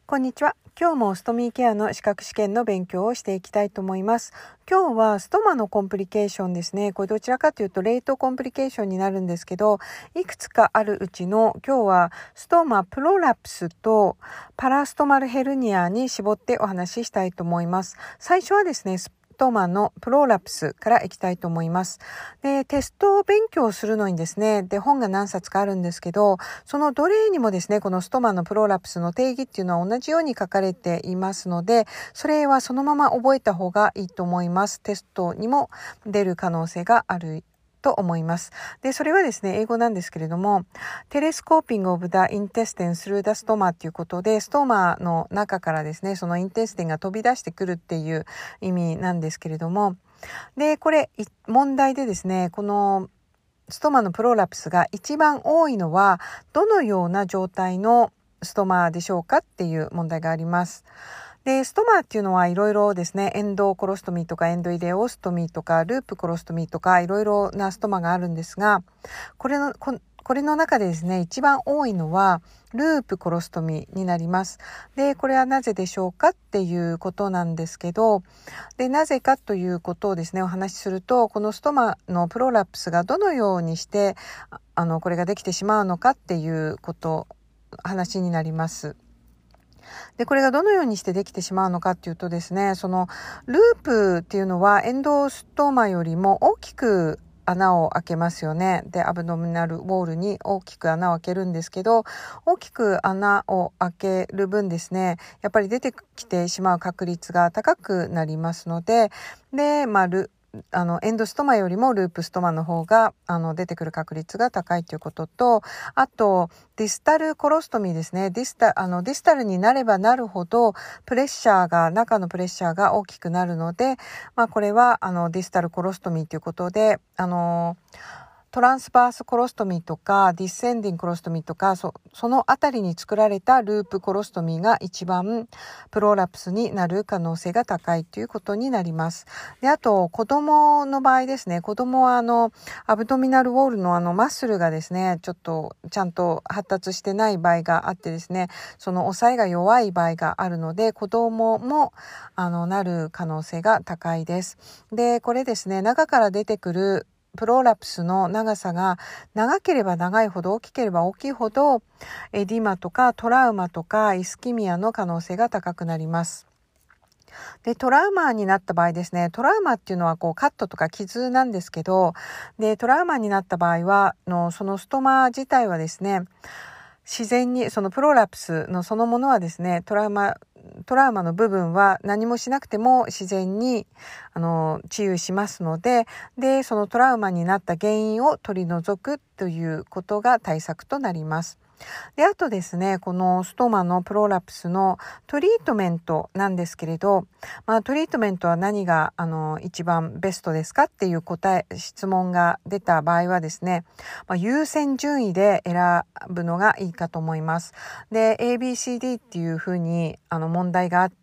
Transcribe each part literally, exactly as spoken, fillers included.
こんにちは。今日もストミーケアの資格試験の勉強をしていきたいと思います。今日はストマのコンプリケーションですね。これどちらかというとレートコンプリケーションになるんですけど、いくつかあるうちの今日はストマプロラプスとパラストマルヘルニアに絞ってお話ししたいと思います。最初はですね、ストマのプロラプスからいきたいと思います。で、テスト勉強するのにですね、で、本が何冊かあるんですけど、そのどれにもですね、このストマのプロラプスの定義っていうのは同じように書かれていますので、それはそのまま覚えた方がいいと思います。テストにも出る可能性があると思います。で、それはですね、英語なんですけれども、テレスコーピングオブダインテステンスルーダストマということで、ストーマの中からですね、そのインテステンが飛び出してくるっていう意味なんですけれども、で、これ、問題でですね、このストマのプロラプスが一番多いのは、どのような状態のストマでしょうかっていう問題があります。で、ストマっていうのはいろいろですね、エンドコロストミーとかエンドイレオストミーとかループコロストミーとかいろいろなストマがあるんですが、これの、ここれの中でですね、一番多いのはループコロストミーになります。で、これはなぜでしょうかっていうことなんですけど、で、なぜかということをですね、お話しすると、このストマのプロラプスがどのようにして、あの、これができてしまうのかっていうこと、話になります。で、これがどのようにしてできてしまうのかっていうとですね、そのループっていうのはエンドストーマよりも大きく穴を開けますよね。で、アブドミナルウォールに大きく穴を開けるんですけど、大きく穴を開ける分ですね、やっぱり出てきてしまう確率が高くなりますので、で、まあ、ルあのエンドストマよりもループストマの方があの出てくる確率が高いということと、あとディスタルコロストミーですね。ディスタあのディスタルになればなるほどプレッシャーが中のプレッシャーが大きくなるので、まあこれはあのディスタルコロストミーということで、あのトランスバースコロストミーとかディッセンディングコロストミーとか そ, そのあたりに作られたループコロストミーが一番プロラプスになる可能性が高いということになります。で、あと子供の場合ですね、子供はあのアブドミナルウォールのあのマッスルがですね、ちょっとちゃんと発達してない場合があってですね、その抑えが弱い場合があるので、子供もあのなる可能性が高いです。で、これですね、中から出てくるプロラプスの長さが長ければ長いほど、大きければ大きいほどエディマとかトラウマとかイスキミアの可能性が高くなります。で、トラウマになった場合ですね、トラウマっていうのはこうカットとか傷なんですけど、で、トラウマになった場合はのそのストマ自体はですね、自然にそのプロラプスのそのものはですね、トラウマトラウマの部分は何もしなくても自然にあの治癒しますので、でそのトラウマになった原因を取り除くということが対策となります。で、あとですね、このストマのプロラプスのトリートメントなんですけれど、まあ、トリートメントは何があの一番ベストですかっていう答え、質問が出た場合はですね、まあ、優先順位で選ぶのがいいかと思います。で、エービーシーディー っていうふうにあの問題があって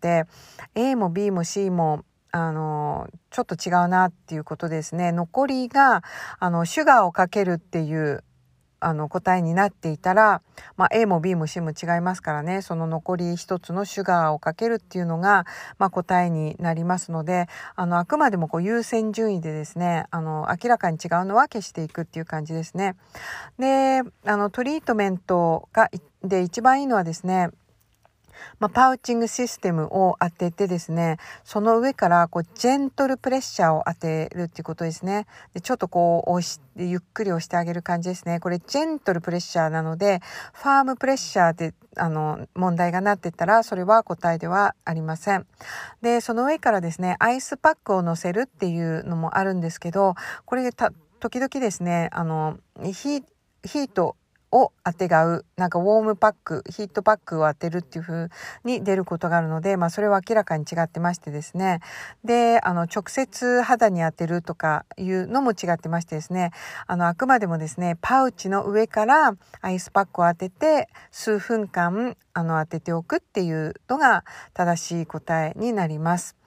、A も B も C もあのちょっと違うなっていうことですね。残りがあのシュガーをかけるっていうあの答えになっていたら、まあ、A も B も C も違いますからね、その残り一つのシュガーをかけるっていうのが、まあ、答えになりますので、あのあくまでもこう優先順位でですね、あの明らかに違うのは消していくっていう感じですね。で、あのトリートメントがで一番いいのはですね、まあ、パウチングシステムを当ててですね、その上からこうジェントルプレッシャーを当てるっていうことですね。で、ちょっとこう押しゆっくり押してあげる感じですね。これジェントルプレッシャーなので、ファームプレッシャーであの問題がなってたら、それは答えではありません。で、その上からですね、アイスパックを乗せるっていうのもあるんですけど、これた時々ですね、あのヒヒートを当てがう、なんかウォームパック、ヒートパックを当てるっていう風に出ることがあるので、まあそれは明らかに違ってましてですね。で、あの直接肌に当てるとかいうのも違ってましてですね。あのあくまでもですね、パウチの上からアイスパックを当てて数分間あの当てておくっていうのが正しい答えになります。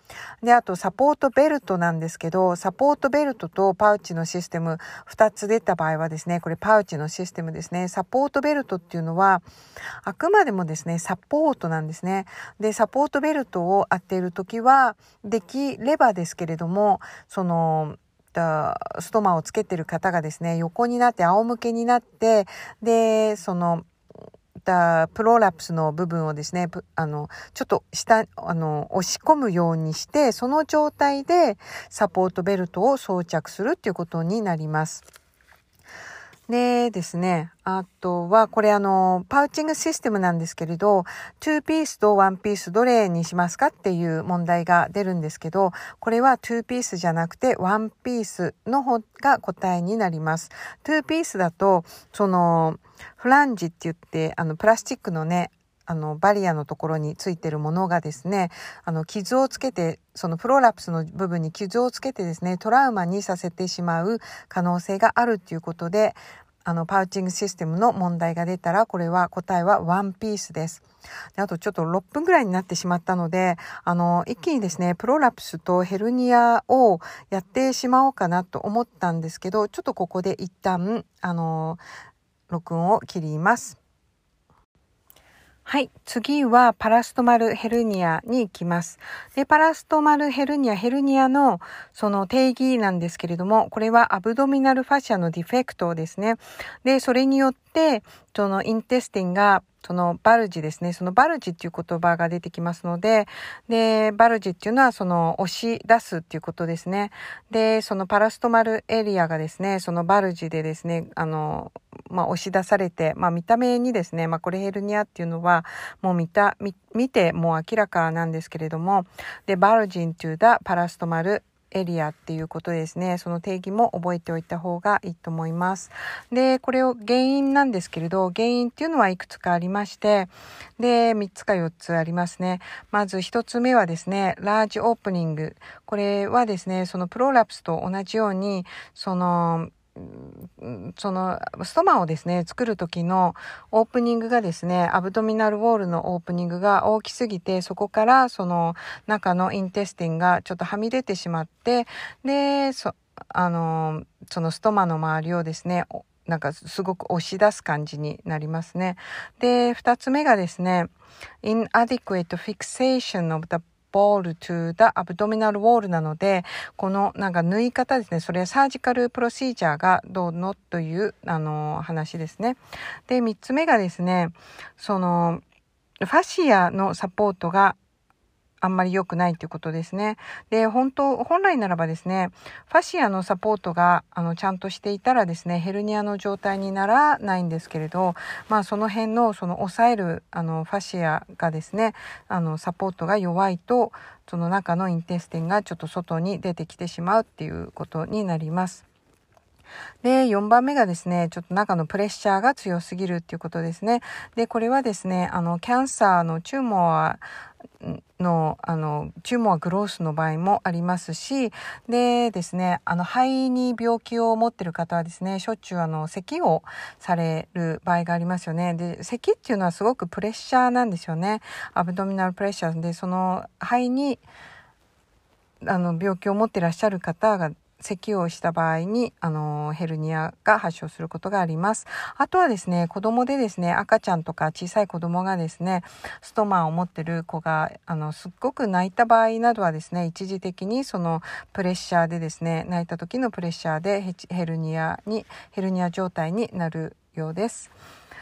で、あとサポートベルトなんですけど、サポートベルトとパウチのシステムふたつ出た場合はですね、これパウチのシステムですね。サポートベルトっていうのはあくまでもですね、サポートなんですね。で、サポートベルトを当てるときはできればですけれども、そのストマをつけてる方がですね、横になって仰向けになって、で、そのプロラプスの部分をですね、あのちょっと下あの押し込むようにして、その状態でサポートベルトを装着するっていうことになります。でですね、あとはこれあのパウチングシステムなんですけれど、にピースといちピースどれにしますかっていう問題が出るんですけど、これはにピースじゃなくていちピースの方が答えになります。にピースだとそのフランジって言って、あのプラスチックのね、あのバリアのところについてるものがですね、あの傷をつけて、そのプロラプスの部分に傷をつけてですね、トラウマにさせてしまう可能性があるっていうことで、あのパウチングシステムの問題が出たら、これは答えはいちピースです。で、あとちょっとろっぷんぐらいになってしまったので、あの一気にですね、プロラプスとヘルニアをやってしまおうかなと思ったんですけど、ちょっとここで一旦あの録音を切ります。はい。次はパラストマルヘルニアに行きます。で、パラストマルヘルニア、ヘルニアのその定義なんですけれども、これはアブドミナルファシアのディフェクトですね。で、それによって、そのインテスティンが、そのバルジですね。そのバルジっていう言葉が出てきますので、で、バルジっていうのはその押し出すっていうことですね。で、そのパラストマルエリアがですね、そのバルジでですね、あの、まあ、押し出されて、まあ、見た目にですね、まあ、これヘルニアっていうのはもう見た、見、見てもう明らかなんですけれども、で、バルジン to the パラストマルエリアっていうことですね。その定義も覚えておいた方がいいと思います。で、これを原因なんですけれど、原因っていうのはいくつかありまして、で、みっつかよっつありますね。まずひとつめはですね、ラージオープニング。これはですね、そのプロラプスと同じように、その、そのストマをですね作る時のオープニングがですね、アブドミナルウォールのオープニングが大きすぎて、そこからその中のインテスティンがちょっとはみ出てしまって、でそあのそのストマの周りをですね、なんかすごく押し出す感じになりますね。で、二つ目がですね、inadequate fixation of the ball to the abdominal wall なので、このなんか縫い方ですね、それはサージカルプロシージャーがどうのというあの話ですね。で、三つ目がですね、そのファシアのサポートがあんまり良くないということですね。で、本当、本来ならばですね、ファシアのサポートがあのちゃんとしていたらですね、ヘルニアの状態にならないんですけれど、まあその辺のその抑えるあのファシアがですね、あのサポートが弱いと、その中のインテスティンがちょっと外に出てきてしまうっていうことになります。で、よんばんめがですね、ちょっと中のプレッシャーが強すぎるっていうことですね。で、これはですね、あのキャンサーのチューモアのあのチューモアグロースの場合もありますし、でですね、あの肺に病気を持っている方はですね、しょっちゅうあの咳をされる場合がありますよね。で、咳っていうのはすごくプレッシャーなんですよね。アブドミナルプレッシャーで、その肺にあの病気を持っていらっしゃる方が咳をした場合にあのヘルニアが発症することがあります。あとはですね、子供でですね、赤ちゃんとか小さい子供がですね、ストマを持ってる子があのすっごく泣いた場合などはですね、一時的にそのプレッシャーでですね、泣いた時のプレッシャーでヘヘルニアにヘルニア状態になるようです。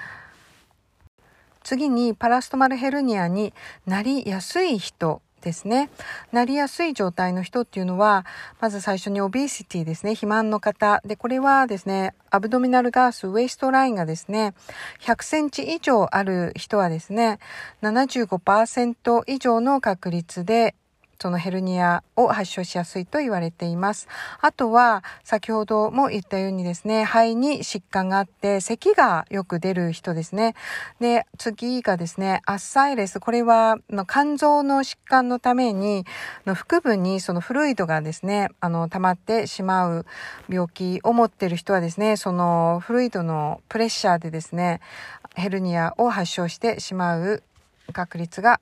次にパラストマルヘルニアになりやすい人ですね。なりやすい状態の人っていうのは、まず最初にオビシティですね。肥満の方。で、これはですね、アブドミナルガース、ウエストラインがですね、ひゃくセンチ以上ある人はですね、ななじゅうごパーセント 以上の確率でそのヘルニアを発症しやすいと言われています。あとは先ほども言ったようにですね、肺に疾患があって咳がよく出る人ですね。で、次がですね、アッサイレス。これはの肝臓の疾患のためにの腹部にそのフルイドがですね、あの溜まってしまう病気を持っている人はですね、そのフルイドのプレッシャーでですね、ヘルニアを発症してしまう確率があり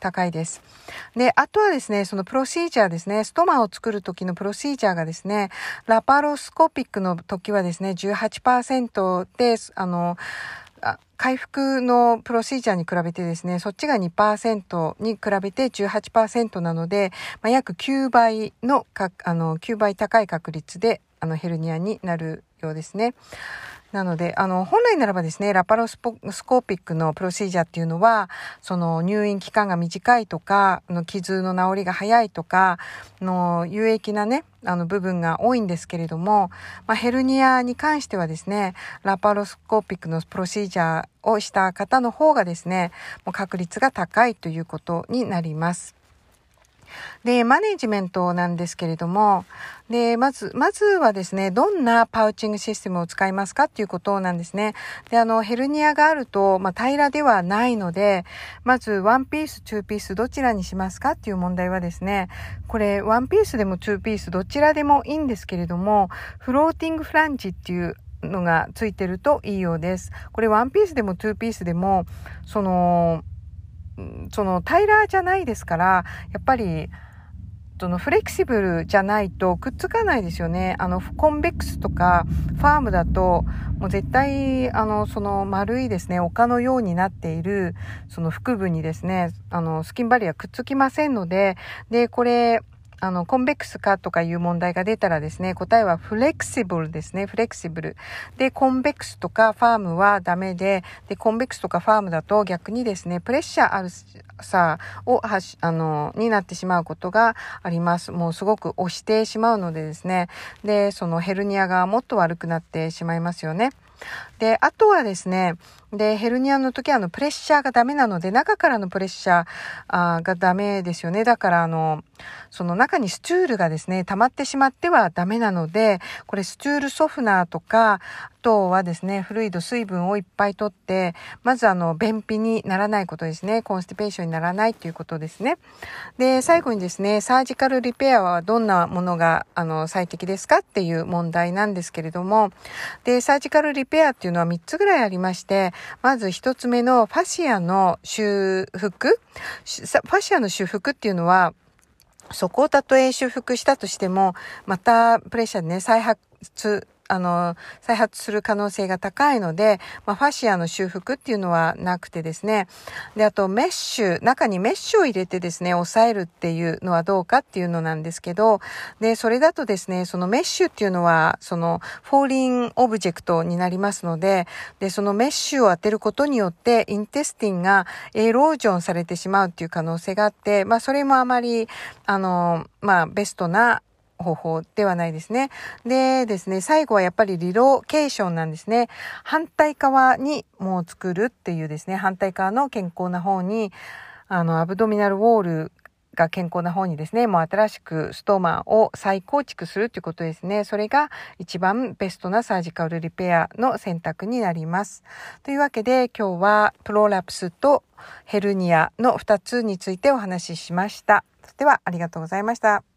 高いです。で、あとはですね、そのプロシージャーですね、ストマを作る時のプロシージャーがですね、ラパロスコピックの時はですね、じゅうはちパーセント で、あの、回復のプロシージャーに比べてですね、そっちが にパーセント に比べて じゅうはちパーセント なので、まあ、約きゅうばいのか、あの、きゅうばい高い確率で、あの、ヘルニアになるようですね。なので、あの、本来ならばですね、ラパロスコーピックのプロシージャーっていうのは、その入院期間が短いとか、あの傷の治りが早いとか、の有益なね、あの部分が多いんですけれども、まあ、ヘルニアに関してはですね、ラパロスコーピックのプロシージャーをした方の方がですね、もう確率が高いということになります。で、マネジメントなんですけれども、で、まず、まずはですね、どんなパウチングシステムを使いますかっていうことなんですね。で、あの、ヘルニアがあると、まあ、平らではないので、まず、ワンピース、ツーピース、どちらにしますかっていう問題はですね、これ、ワンピースでもツーピース、どちらでもいいんですけれども、フローティングフランジっていうのがついてるといいようです。これ、ワンピースでもツーピースでも、その、その、平らじゃないですから、やっぱり、そのフレキシブルじゃないとくっつかないですよね。あのコンベックスとかファームだともう絶対あのその丸いですね、丘のようになっているその腹部にですね、あのスキンバリアくっつきませんので、でこれあのコンベックスかとかいう問題が出たらですね、答えはフレキシブルですね。フレキシブルで、コンベックスとかファームはダメで、でコンベックスとかファームだと逆にですね、プレッシャーあるさをはしあのになってしまうことがあります。もうすごく押してしまうのでですね、でそのヘルニアがもっと悪くなってしまいますよね。で、あとはですね、で、ヘルニアの時はあのプレッシャーがダメなので、中からのプレッシャーあがダメですよね。だからあの、その中にスチュールがですね、溜まってしまってはダメなので、これスチュールソフナーとか、あとはですね、フルイド、水分をいっぱいとって、まずあの、便秘にならないことですね。コンスティペーションにならないということですね。で、最後にですね、サージカルリペアはどんなものがあの最適ですかっていう問題なんですけれども、で、サージカルリペアっていうのはみっつぐらいありまして、まず一つ目のファシアの修復。ファシアの修復っていうのは、そこをたとえ修復したとしても、またプレッシャーでね、再発、あの、再発する可能性が高いので、まあ、ファシアの修復っていうのはなくてですね。で、あとメッシュ、中にメッシュを入れてですね、押さえるっていうのはどうかっていうのなんですけど、で、それだとですね、そのメッシュっていうのは、その、フォーリンオブジェクトになりますので、で、そのメッシュを当てることによって、インテスティンがエロージョンされてしまうっていう可能性があって、まあ、それもあまり、あの、まあ、ベストな方法ではないですね。でですね、最後はやっぱりリロケーションなんですね。反対側にもう作るっていうですね、反対側の健康な方に、あの、アブドミナルウォールが健康な方にですね、もう新しくストーマを再構築するということですね。それが一番ベストなサージカルリペアの選択になります。というわけで今日はプロラプスとヘルニアのふたつについてお話ししました。ではありがとうございました。